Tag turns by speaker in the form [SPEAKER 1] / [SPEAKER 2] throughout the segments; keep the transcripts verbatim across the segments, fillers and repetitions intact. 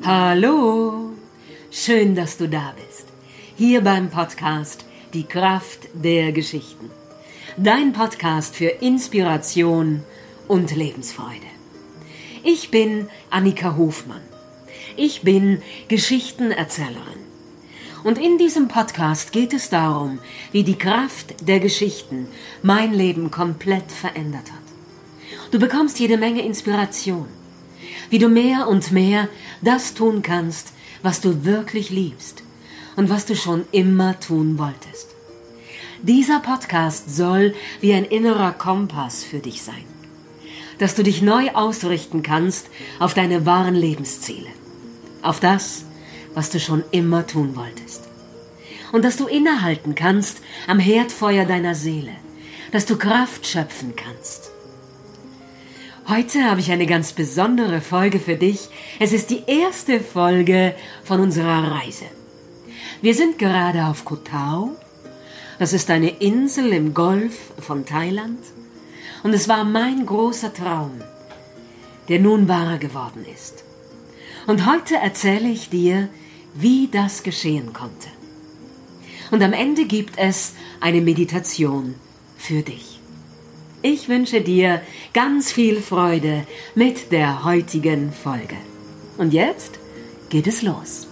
[SPEAKER 1] Hallo, schön, dass du da bist. Hier beim Podcast Die Kraft der Geschichten. Dein Podcast für Inspiration und Lebensfreude. Ich bin Annika Hofmann. Ich bin Geschichtenerzählerin. Und in diesem Podcast geht es darum, wie die Kraft der Geschichten mein Leben komplett verändert hat. Du bekommst jede Menge Inspiration, wie du mehr und mehr das tun kannst, was du wirklich liebst und was du schon immer tun wolltest. Dieser Podcast soll wie ein innerer Kompass für dich sein, dass du dich neu ausrichten kannst auf deine wahren Lebensziele, auf das, was du schon immer tun wolltest. Und dass du innehalten kannst am Herdfeuer deiner Seele, dass du Kraft schöpfen kannst. Heute habe ich eine ganz besondere Folge für dich. Es ist die erste Folge von unserer Reise. Wir sind gerade auf Koh Tao. Das ist eine Insel im Golf von Thailand. Und es war mein großer Traum, der nun wahr geworden ist. Und heute erzähle ich dir, wie das geschehen konnte. Und am Ende gibt es eine Meditation für dich. Ich wünsche dir ganz viel Freude mit der heutigen Folge. Und jetzt geht es los.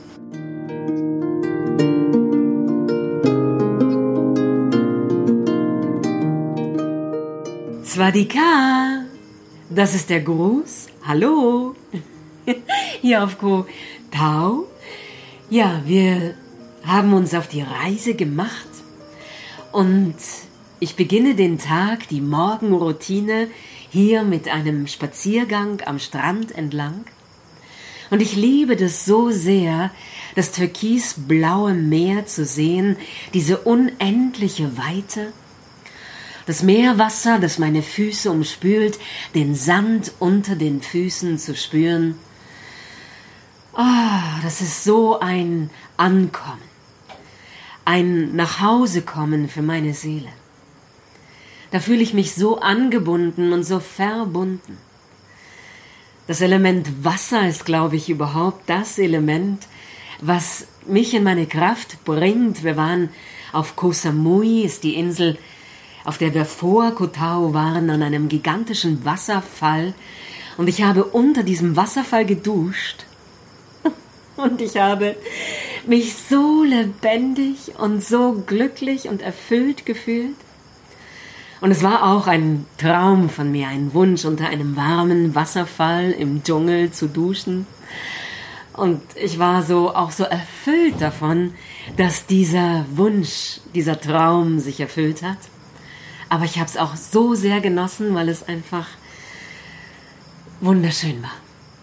[SPEAKER 1] Swadika, das ist der Gruß. Hallo, hier auf Koh Tao. Ja, wir haben uns auf die Reise gemacht und ich beginne den Tag, die Morgenroutine, hier mit einem Spaziergang am Strand entlang. Und ich liebe das so sehr, das türkisblaue Meer zu sehen, diese unendliche Weite. Das Meerwasser, das meine Füße umspült, den Sand unter den Füßen zu spüren. Ah, oh, das ist so ein Ankommen, ein Nachhausekommen für meine Seele. Da fühle ich mich so angebunden und so verbunden. Das Element Wasser ist, glaube ich, überhaupt das Element, was mich in meine Kraft bringt. Wir waren auf Koh Samui, ist die Insel, auf der wir vor Koh Tao waren, an einem gigantischen Wasserfall. Und ich habe unter diesem Wasserfall geduscht. Und ich habe mich so lebendig und so glücklich und erfüllt gefühlt. Und es war auch ein Traum von mir, ein Wunsch, unter einem warmen Wasserfall im Dschungel zu duschen. Und ich war so auch so erfüllt davon, dass dieser Wunsch, dieser Traum sich erfüllt hat. Aber ich habe es auch so sehr genossen, weil es einfach wunderschön war.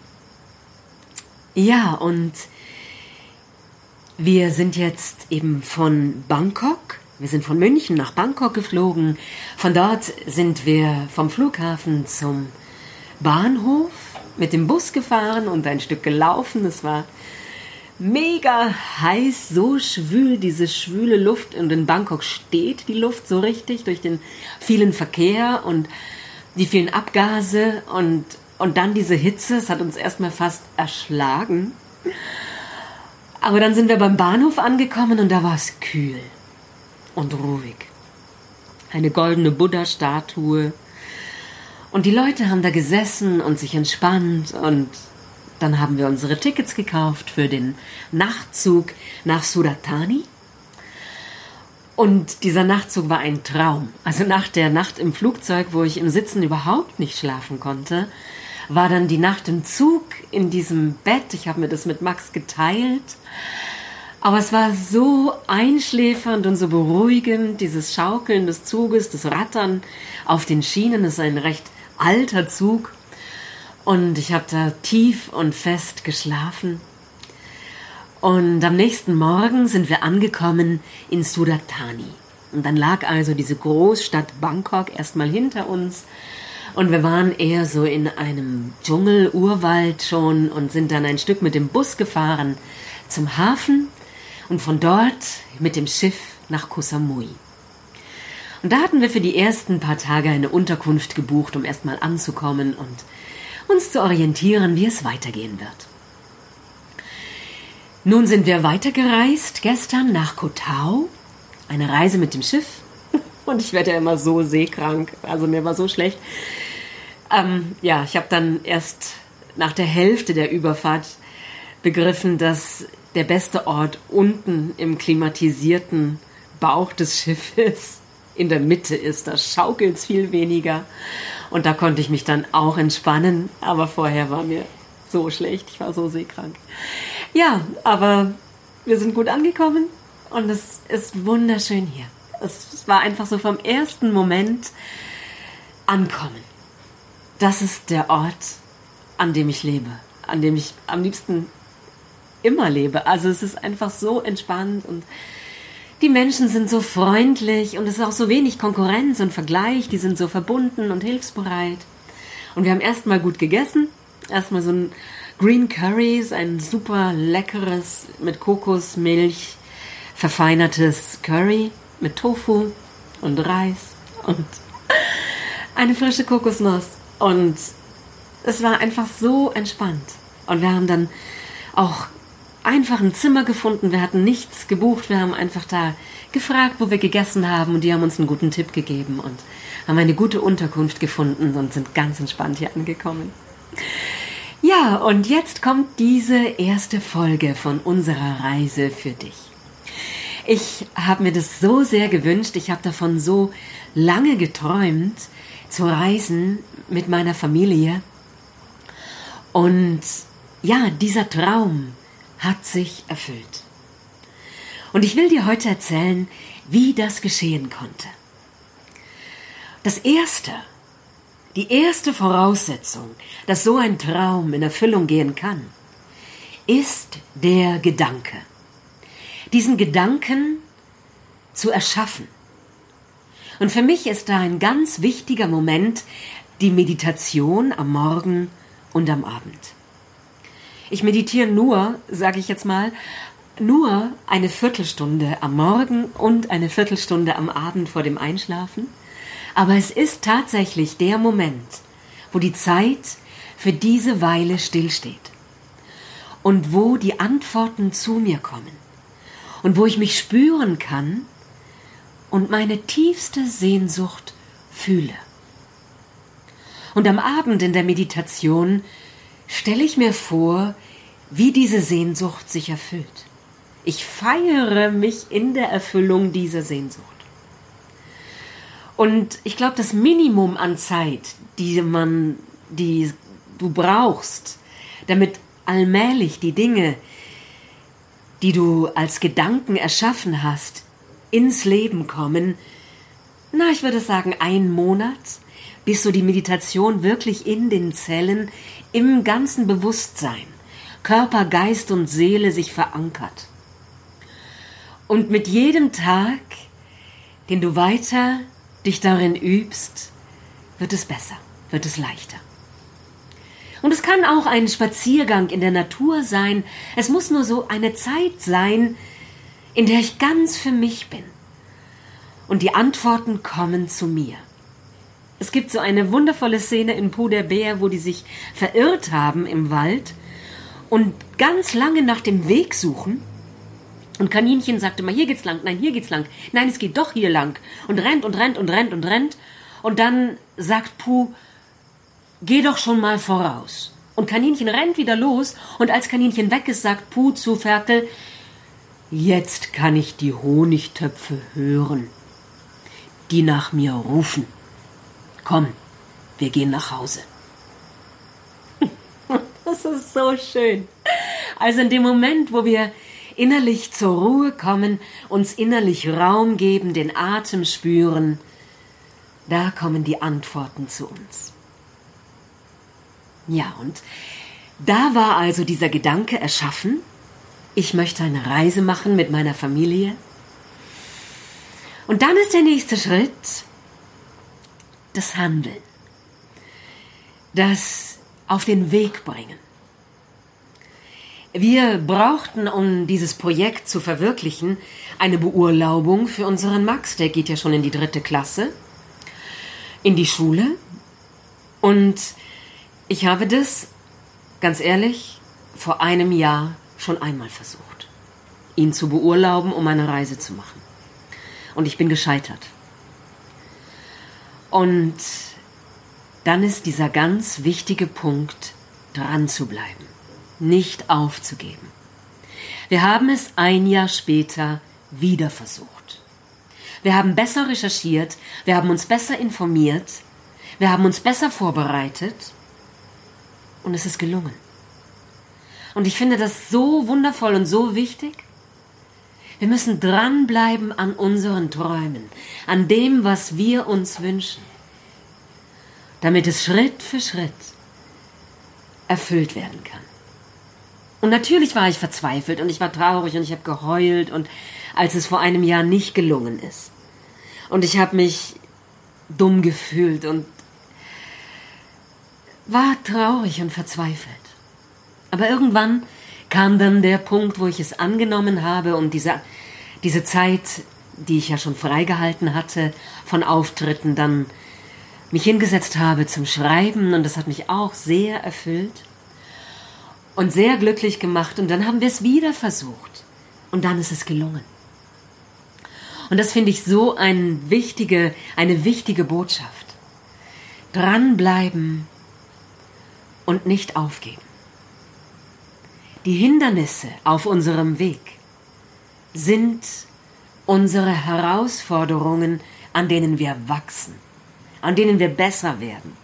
[SPEAKER 1] Ja, und wir sind jetzt eben von Bangkok, wir sind von München nach Bangkok geflogen. Von dort sind wir vom Flughafen zum Bahnhof mit dem Bus gefahren und ein Stück gelaufen. Es war mega heiß, so schwül, diese schwüle Luft. Und in Bangkok steht die Luft so richtig durch den vielen Verkehr und die vielen Abgase und, und dann diese Hitze. Es hat uns erstmal fast erschlagen. Aber dann sind wir beim Bahnhof angekommen und da war es kühl und ruhig. Eine goldene Buddha-Statue. Und die Leute haben da gesessen und sich entspannt. Und dann haben wir unsere Tickets gekauft für den Nachtzug nach Surat Thani. Und dieser Nachtzug war ein Traum. Also nach der Nacht im Flugzeug, wo ich im Sitzen überhaupt nicht schlafen konnte, war dann die Nacht im Zug in diesem Bett. Ich habe mir das mit Max geteilt. Aber es war so einschläfernd und so beruhigend, dieses Schaukeln des Zuges, das Rattern auf den Schienen. Das ist ein recht alter Zug. Und ich habe da tief und fest geschlafen. Und am nächsten Morgen sind wir angekommen in Surat Thani. Und dann lag also diese Großstadt Bangkok erstmal hinter uns. Und wir waren eher so in einem Dschungel, Urwald schon und sind dann ein Stück mit dem Bus gefahren zum Hafen und von dort mit dem Schiff nach Koh Samui. Und da hatten wir für die ersten paar Tage eine Unterkunft gebucht, um erstmal anzukommen und uns zu orientieren, wie es weitergehen wird. Nun sind wir weitergereist gestern nach Koh Tao, eine Reise mit dem Schiff. Und ich werde ja immer so seekrank, also mir war so schlecht. Ähm, ja, ich habe dann erst nach der Hälfte der Überfahrt begriffen, dass der beste Ort unten im klimatisierten Bauch des Schiffes in der Mitte ist. Da schaukelt es viel weniger. Und da konnte ich mich dann auch entspannen. Aber vorher war mir so schlecht. Ich war so seekrank. Ja, aber wir sind gut angekommen. Und es ist wunderschön hier. Es war einfach so vom ersten Moment ankommen. Das ist der Ort, an dem ich lebe. An dem ich am liebsten immer lebe. Also es ist einfach so entspannt und die Menschen sind so freundlich und es ist auch so wenig Konkurrenz und Vergleich. Die sind so verbunden und hilfsbereit. Und wir haben erstmal gut gegessen. Erstmal so ein Green Curry, ein super leckeres, mit Kokosmilch verfeinertes Curry mit Tofu und Reis und eine frische Kokosnuss. Und es war einfach so entspannt. Und wir haben dann auch einfach ein Zimmer gefunden. Wir hatten nichts gebucht. Wir haben einfach da gefragt, wo wir gegessen haben. Und die haben uns einen guten Tipp gegeben und haben eine gute Unterkunft gefunden und sind ganz entspannt hier angekommen. Ja, und jetzt kommt diese erste Folge von unserer Reise für dich. Ich habe mir das so sehr gewünscht. Ich habe davon so lange geträumt, zu reisen mit meiner Familie. Und ja, dieser Traum hat sich erfüllt. Und ich will dir heute erzählen, wie das geschehen konnte. Das erste, die erste Voraussetzung, dass so ein Traum in Erfüllung gehen kann, ist der Gedanke. Diesen Gedanken zu erschaffen. Und für mich ist da ein ganz wichtiger Moment die Meditation am Morgen und am Abend. Ich meditiere nur, sage ich jetzt mal, nur eine Viertelstunde am Morgen und eine Viertelstunde am Abend vor dem Einschlafen. Aber es ist tatsächlich der Moment, wo die Zeit für diese Weile stillsteht und wo die Antworten zu mir kommen und wo ich mich spüren kann und meine tiefste Sehnsucht fühle. Und am Abend in der Meditation stelle ich mir vor, wie diese Sehnsucht sich erfüllt. Ich feiere mich in der Erfüllung dieser Sehnsucht. Und ich glaube, das Minimum an Zeit, die man, die du brauchst, damit allmählich die Dinge, die du als Gedanken erschaffen hast, ins Leben kommen, na, ich würde sagen, ein Monat, bis so die Meditation wirklich in den Zellen, im ganzen Bewusstsein, Körper, Geist und Seele sich verankert. Und mit jedem Tag, den du weiter dich darin übst, wird es besser, wird es leichter. Und es kann auch ein Spaziergang in der Natur sein. Es muss nur so eine Zeit sein, in der ich ganz für mich bin. Und die Antworten kommen zu mir. Es gibt so eine wundervolle Szene in Po der Bär, wo die sich verirrt haben im Wald und ganz lange nach dem Weg suchen. Und Kaninchen sagte mal, hier geht's lang, nein, hier geht's lang, nein, es geht doch hier lang. Und rennt und rennt und rennt und rennt. Und dann sagt Puh, geh doch schon mal voraus. Und Kaninchen rennt wieder los. Und als Kaninchen weg ist, sagt Puh zu Ferkel, jetzt kann ich die Honigtöpfe hören, die nach mir rufen. Komm, wir gehen nach Hause. Das ist so schön. Also in dem Moment, wo wir innerlich zur Ruhe kommen, uns innerlich Raum geben, den Atem spüren, da kommen die Antworten zu uns. Ja, und da war also dieser Gedanke erschaffen, ich möchte eine Reise machen mit meiner Familie. Und dann ist der nächste Schritt das Handeln, das auf den Weg bringen. Wir brauchten, um dieses Projekt zu verwirklichen, eine Beurlaubung für unseren Max. Der geht ja schon in die dritte Klasse, in die Schule. Und ich habe das, ganz ehrlich, vor einem Jahr schon einmal versucht. ihn zu beurlauben, um eine Reise zu machen. Und ich bin gescheitert. Und dann ist dieser ganz wichtige Punkt, dran zu bleiben, nicht aufzugeben. Wir haben es ein Jahr später wieder versucht. Wir haben besser recherchiert, wir haben uns besser informiert, wir haben uns besser vorbereitet und es ist gelungen. Und ich finde das so wundervoll und so wichtig. Wir müssen dranbleiben an unseren Träumen, an dem, was wir uns wünschen, damit es Schritt für Schritt erfüllt werden kann. Und natürlich war ich verzweifelt und ich war traurig und ich habe geheult, und als es vor einem Jahr nicht gelungen ist. Und ich habe mich dumm gefühlt und war traurig und verzweifelt. Aber irgendwann kam dann der Punkt, wo ich es angenommen habe und diese, diese Zeit, die ich ja schon freigehalten hatte von Auftritten, dann mich hingesetzt habe zum Schreiben, und das hat mich auch sehr erfüllt und sehr glücklich gemacht, und dann haben wir es wieder versucht und dann ist es gelungen. Und das finde ich so ein wichtige, eine wichtige Botschaft. Dranbleiben und nicht aufgeben. Die Hindernisse auf unserem Weg sind unsere Herausforderungen, an denen wir wachsen, an denen wir besser werden.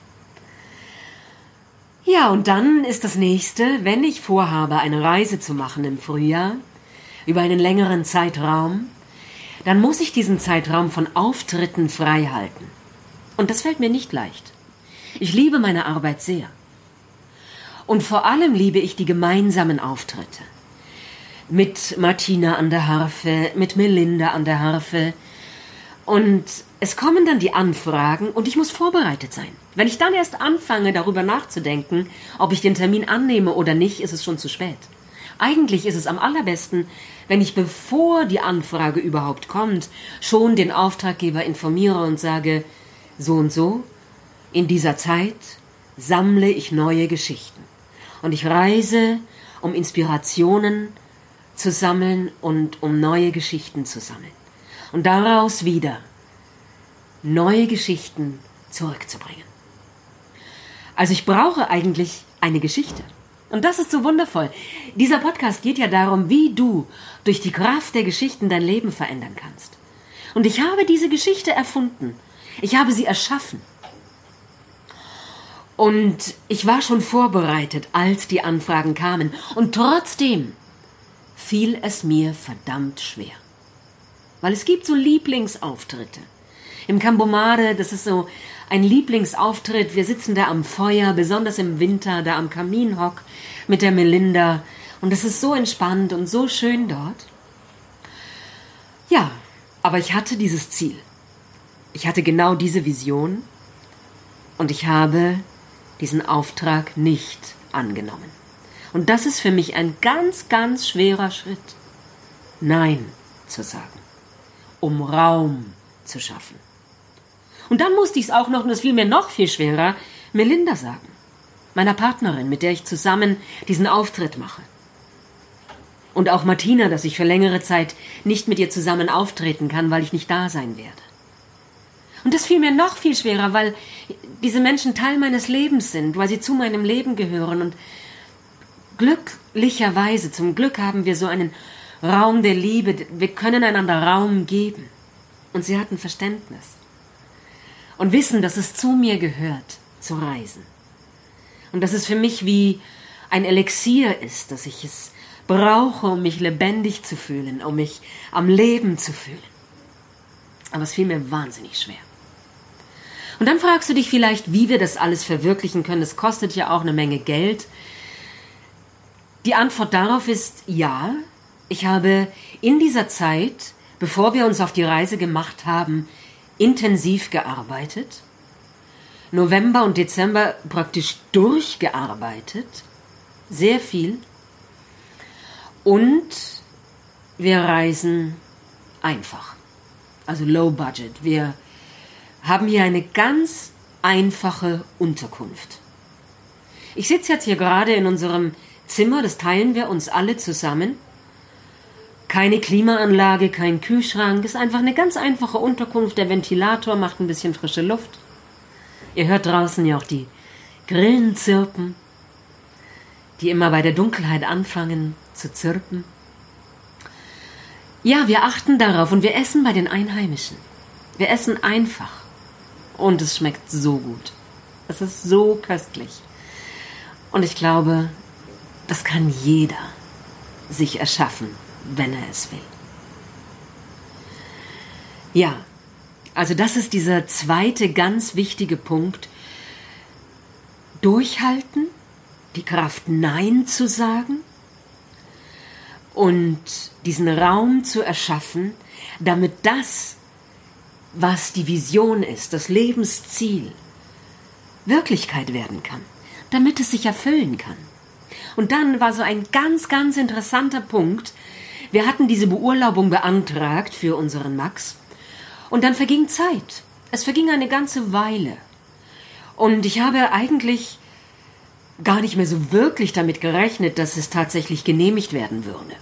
[SPEAKER 1] Ja, und dann ist das nächste, wenn ich vorhabe, eine Reise zu machen im Frühjahr, über einen längeren Zeitraum, dann muss ich diesen Zeitraum von Auftritten frei halten. Und das fällt mir nicht leicht. Ich liebe meine Arbeit sehr. Und vor allem liebe ich die gemeinsamen Auftritte. Mit Martina an der Harfe, mit Melinda an der Harfe. Und es kommen dann die Anfragen und ich muss vorbereitet sein. Wenn ich dann erst anfange, darüber nachzudenken, ob ich den Termin annehme oder nicht, ist es schon zu spät. Eigentlich ist es am allerbesten, wenn ich, bevor die Anfrage überhaupt kommt, schon den Auftraggeber informiere und sage, so und so, in dieser Zeit sammle ich neue Geschichten. Und ich reise, um Inspirationen zu sammeln und um neue Geschichten zu sammeln. Und daraus wieder neue Geschichten zurückzubringen. Also ich brauche eigentlich eine Geschichte. Und das ist so wundervoll. Dieser Podcast geht ja darum, wie du durch die Kraft der Geschichten dein Leben verändern kannst. Und ich habe diese Geschichte erfunden. Ich habe sie erschaffen. Und ich war schon vorbereitet, als die Anfragen kamen. Und trotzdem fiel es mir verdammt schwer. Weil es gibt so Lieblingsauftritte. Im Cambomade, das ist so ein Lieblingsauftritt. Wir sitzen da am Feuer, besonders im Winter, da am Kaminhock mit der Melinda. Und es ist so entspannt und so schön dort. Ja, aber ich hatte dieses Ziel. Ich hatte genau diese Vision. Und ich habe diesen Auftrag nicht angenommen. Und das ist für mich ein ganz, ganz schwerer Schritt. Nein zu sagen, um Raum zu schaffen. Und dann musste ich es auch noch, und das fiel mir noch viel schwerer, Melinda sagen, meiner Partnerin, mit der ich zusammen diesen Auftritt mache. Und auch Martina, dass ich für längere Zeit nicht mit ihr zusammen auftreten kann, weil ich nicht da sein werde. Und das fiel mir noch viel schwerer, weil diese Menschen Teil meines Lebens sind, weil sie zu meinem Leben gehören. Und glücklicherweise, zum Glück haben wir so einen Raum der Liebe. Wir können einander Raum geben. Und sie hatten Verständnis. Und wissen, dass es zu mir gehört, zu reisen. Und dass es für mich wie ein Elixier ist, dass ich es brauche, um mich lebendig zu fühlen, um mich am Leben zu fühlen. Aber es fiel mir wahnsinnig schwer. Und dann fragst du dich vielleicht, wie wir das alles verwirklichen können. Es kostet ja auch eine Menge Geld. Die Antwort darauf ist ja. Ich habe in dieser Zeit, bevor wir uns auf die Reise gemacht haben, intensiv gearbeitet. November und Dezember praktisch durchgearbeitet. Sehr viel. Und wir reisen einfach. Also low budget. Wir haben hier eine ganz einfache Unterkunft. Ich sitze jetzt hier gerade in unserem Zimmer, das teilen wir uns alle zusammen. Keine Klimaanlage, kein Kühlschrank, ist einfach eine ganz einfache Unterkunft. Der Ventilator macht ein bisschen frische Luft. Ihr hört draußen ja auch die Grillen zirpen, die immer bei der Dunkelheit anfangen zu zirpen. Ja, wir achten darauf und wir essen bei den Einheimischen. Wir essen einfach und es schmeckt so gut. Es ist so köstlich. Und ich glaube, das kann jeder sich erschaffen, wenn er es will. Ja, also das ist dieser zweite ganz wichtige Punkt. Durchhalten, die Kraft Nein zu sagen und diesen Raum zu erschaffen, damit das, was die Vision ist, das Lebensziel, Wirklichkeit werden kann, damit es sich erfüllen kann. Und dann war so ein ganz, ganz interessanter Punkt. Wir hatten diese Beurlaubung beantragt für unseren Max und dann verging Zeit. Es verging eine ganze Weile. Und ich habe eigentlich gar nicht mehr so wirklich damit gerechnet, dass es tatsächlich genehmigt werden würde.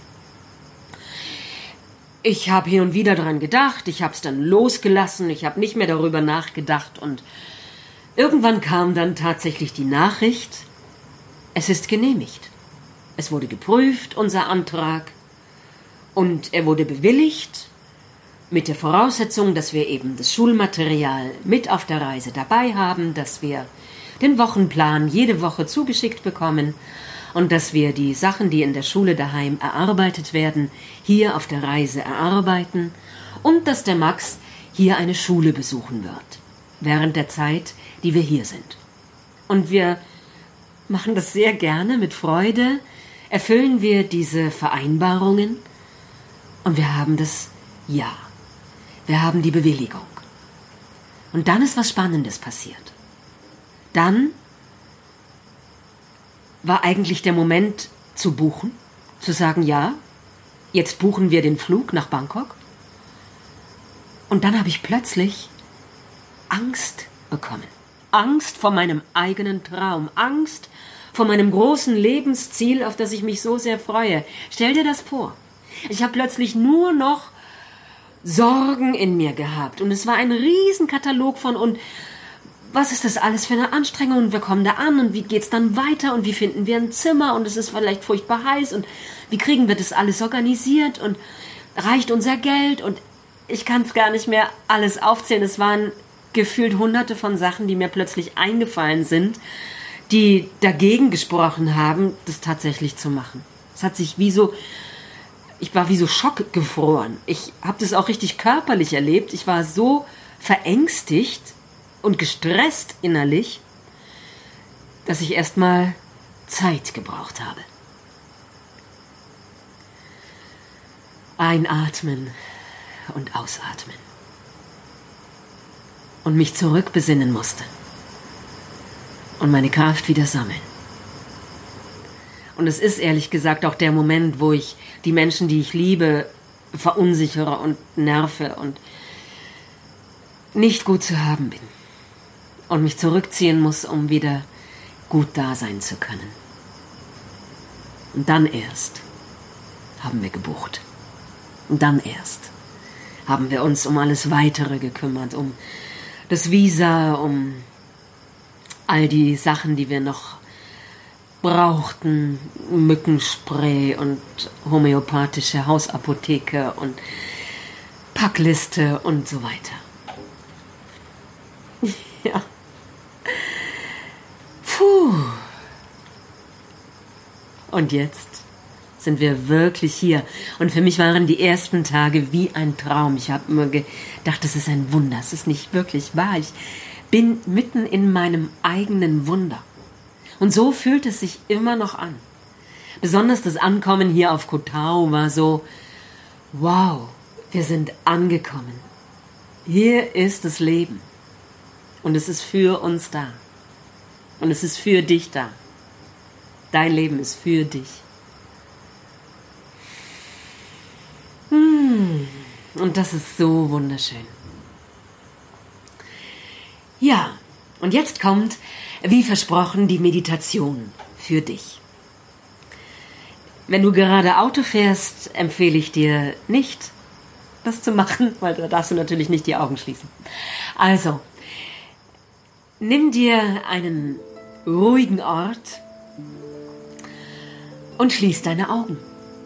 [SPEAKER 1] Ich habe hin und wieder dran gedacht, ich habe es dann losgelassen, ich habe nicht mehr darüber nachgedacht und irgendwann kam dann tatsächlich die Nachricht, es ist genehmigt. Es wurde geprüft, unser Antrag, und er wurde bewilligt mit der Voraussetzung, dass wir eben das Schulmaterial mit auf der Reise dabei haben, dass wir den Wochenplan jede Woche zugeschickt bekommen und dass wir die Sachen, die in der Schule daheim erarbeitet werden, hier auf der Reise erarbeiten und dass der Max hier eine Schule besuchen wird, während der Zeit, die wir hier sind. Und wir machen das sehr gerne, mit Freude erfüllen wir diese Vereinbarungen und wir haben das Ja. Wir haben die Bewilligung. Und dann ist was Spannendes passiert. Dann war eigentlich der Moment zu buchen, zu sagen, ja, jetzt buchen wir den Flug nach Bangkok. Und dann habe ich plötzlich Angst bekommen. Angst vor meinem eigenen Traum. Angst vor meinem großen Lebensziel, auf das ich mich so sehr freue. Stell dir das vor. Ich habe plötzlich nur noch Sorgen in mir gehabt. Und es war ein Riesenkatalog von, und was ist das alles für eine Anstrengung und wir kommen da an und wie geht's dann weiter und wie finden wir ein Zimmer und es ist vielleicht furchtbar heiß und wie kriegen wir das alles organisiert und reicht unser Geld und ich kann es gar nicht mehr alles aufzählen. Es waren gefühlt hunderte von Sachen, die mir plötzlich eingefallen sind, die dagegen gesprochen haben, das tatsächlich zu machen. Es hat sich wie so, ich war wie so schockgefroren. Ich habe das auch richtig körperlich erlebt. Ich war so verängstigt und gestresst innerlich, dass ich erstmal Zeit gebraucht habe. Einatmen und ausatmen. Und mich zurückbesinnen musste. Und meine Kraft wieder sammeln. Und es ist ehrlich gesagt auch der Moment, wo ich die Menschen, die ich liebe, verunsichere und nerve und nicht gut zu haben bin. Und mich zurückziehen muss, um wieder gut da sein zu können. Und dann erst haben wir gebucht. Und dann erst haben wir uns um alles Weitere gekümmert, um das Visa, um all die Sachen, die wir noch brauchten, Mückenspray und homöopathische Hausapotheke und Packliste und so weiter. Ja. Puh. Und jetzt sind wir wirklich hier. Und für mich waren die ersten Tage wie ein Traum. Ich habe immer gedacht, das ist ein Wunder. Es ist nicht wirklich wahr. Ich bin mitten in meinem eigenen Wunder. Und so fühlt es sich immer noch an. Besonders das Ankommen hier auf Koh Tao war so, wow, wir sind angekommen. Hier ist das Leben. Und es ist für uns da. Und es ist für dich da. Dein Leben ist für dich. Hm. Und das ist so wunderschön. Ja, und jetzt kommt, wie versprochen, die Meditation für dich. Wenn du gerade Auto fährst, empfehle ich dir nicht, das zu machen, weil da darfst du natürlich nicht die Augen schließen. Also, nimm dir einen ruhigen Ort und schließ deine Augen.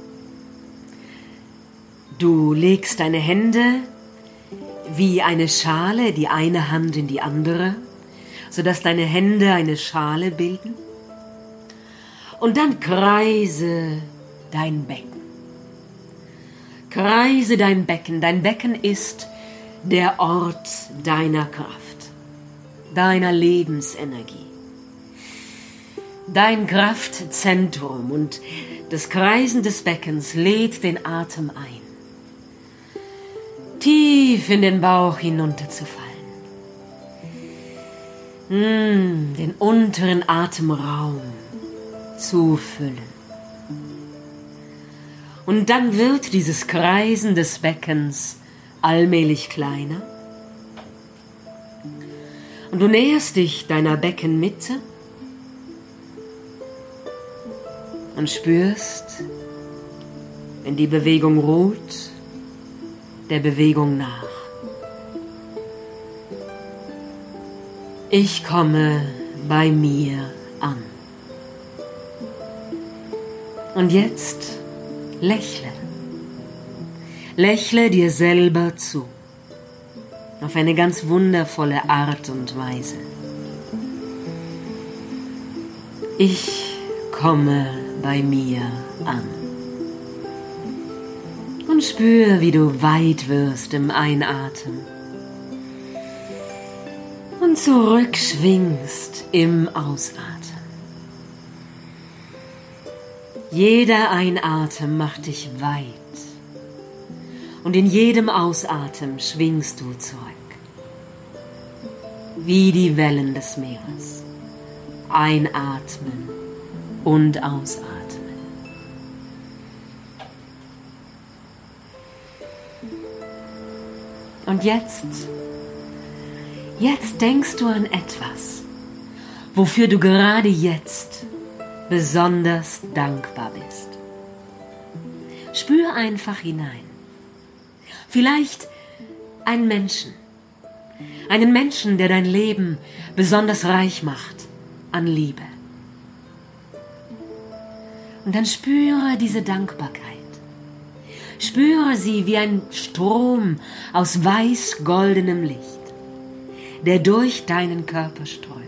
[SPEAKER 1] Du legst deine Hände wie eine Schale, die eine Hand in die andere, sodass deine Hände eine Schale bilden. Und dann kreise dein Becken. Kreise dein Becken. Dein Becken ist der Ort deiner Kraft, deiner Lebensenergie, dein Kraftzentrum. Und das Kreisen des Beckens lädt den Atem ein, tief in den Bauch hinunterzufallen. Mm, den unteren Atemraum zu füllen. Und dann wird dieses Kreisen des Beckens allmählich kleiner. Und du näherst dich deiner Beckenmitte und spürst, wenn die Bewegung ruht, der Bewegung nach. Ich komme bei mir an. Und jetzt lächle. Lächle dir selber zu. Auf eine ganz wundervolle Art und Weise. Ich komme bei mir an. Und spür, wie du weit wirst im Einatmen und zurückschwingst im Ausatmen. Jeder Einatmen macht dich weit und in jedem Ausatmen schwingst du zurück, wie die Wellen des Meeres. Einatmen und ausatmen. Und jetzt, jetzt denkst du an etwas, wofür du gerade jetzt besonders dankbar bist. Spür einfach hinein. Vielleicht einen Menschen, einen Menschen, der dein Leben besonders reich macht an Liebe. Und dann spüre diese Dankbarkeit. Spüre sie wie ein Strom aus weiß-goldenem Licht, der durch deinen Körper strömt.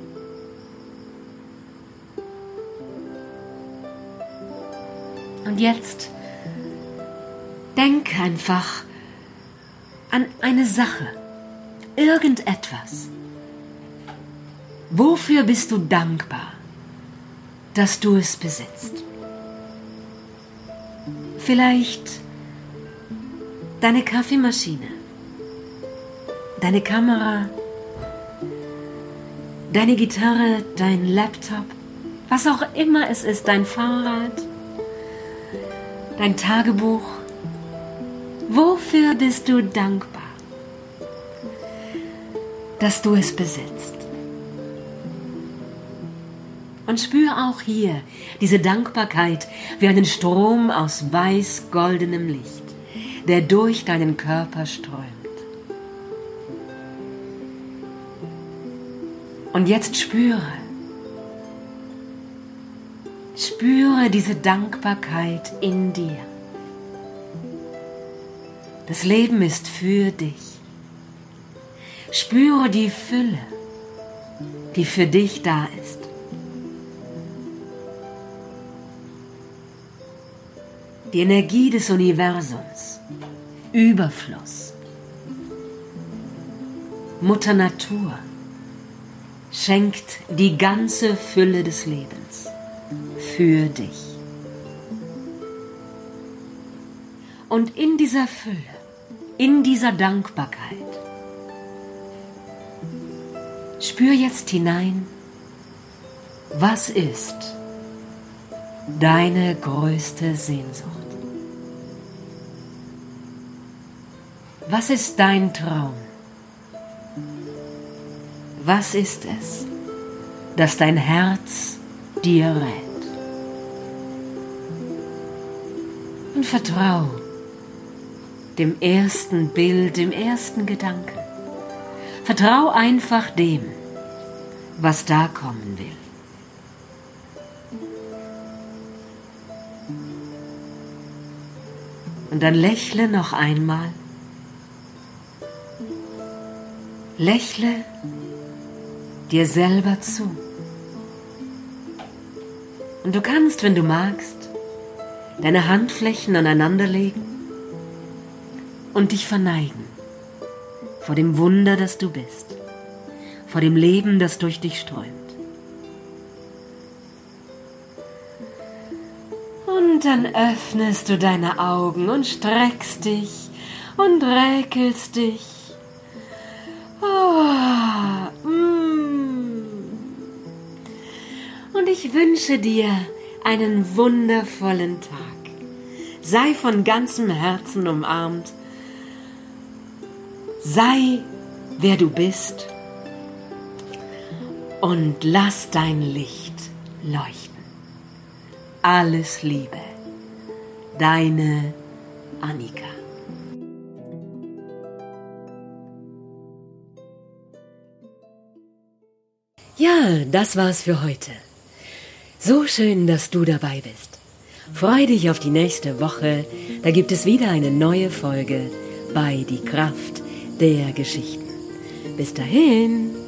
[SPEAKER 1] Und jetzt denk einfach an eine Sache, irgendetwas. Wofür bist du dankbar, dass du es besitzt? Vielleicht deine Kaffeemaschine, deine Kamera, deine Gitarre, dein Laptop, was auch immer es ist, dein Fahrrad, dein Tagebuch. Wofür bist du dankbar, dass du es besitzt? Und spür auch hier diese Dankbarkeit wie einen Strom aus weiß-goldenem Licht, der durch deinen Körper strömt. Und jetzt spüre, spüre diese Dankbarkeit in dir. Das Leben ist für dich. Spüre die Fülle, die für dich da ist. Die Energie des Universums, Überfluss. Mutter Natur schenkt die ganze Fülle des Lebens für dich. Und in dieser Fülle, in dieser Dankbarkeit, spür jetzt hinein, was ist deine größte Sehnsucht? Was ist dein Traum? Was ist es, das dein Herz dir rät? Und vertrau dem ersten Bild, dem ersten Gedanken. Vertrau einfach dem, was da kommen will. Und dann lächle noch einmal. Lächle dir selber zu. Und du kannst, wenn du magst, deine Handflächen aneinanderlegen und dich verneigen vor dem Wunder, das du bist, vor dem Leben, das durch dich strömt. Und dann öffnest du deine Augen und streckst dich und räkelst dich. Oh, mm. Und ich wünsche dir einen wundervollen Tag. Sei von ganzem Herzen umarmt. Sei, wer du bist. Und lass dein Licht leuchten. Alles Liebe. Deine Annika. Ja, das war's für heute. So schön, dass du dabei bist. Freu dich auf die nächste Woche. Da gibt es wieder eine neue Folge bei Die Kraft der Geschichten. Bis dahin.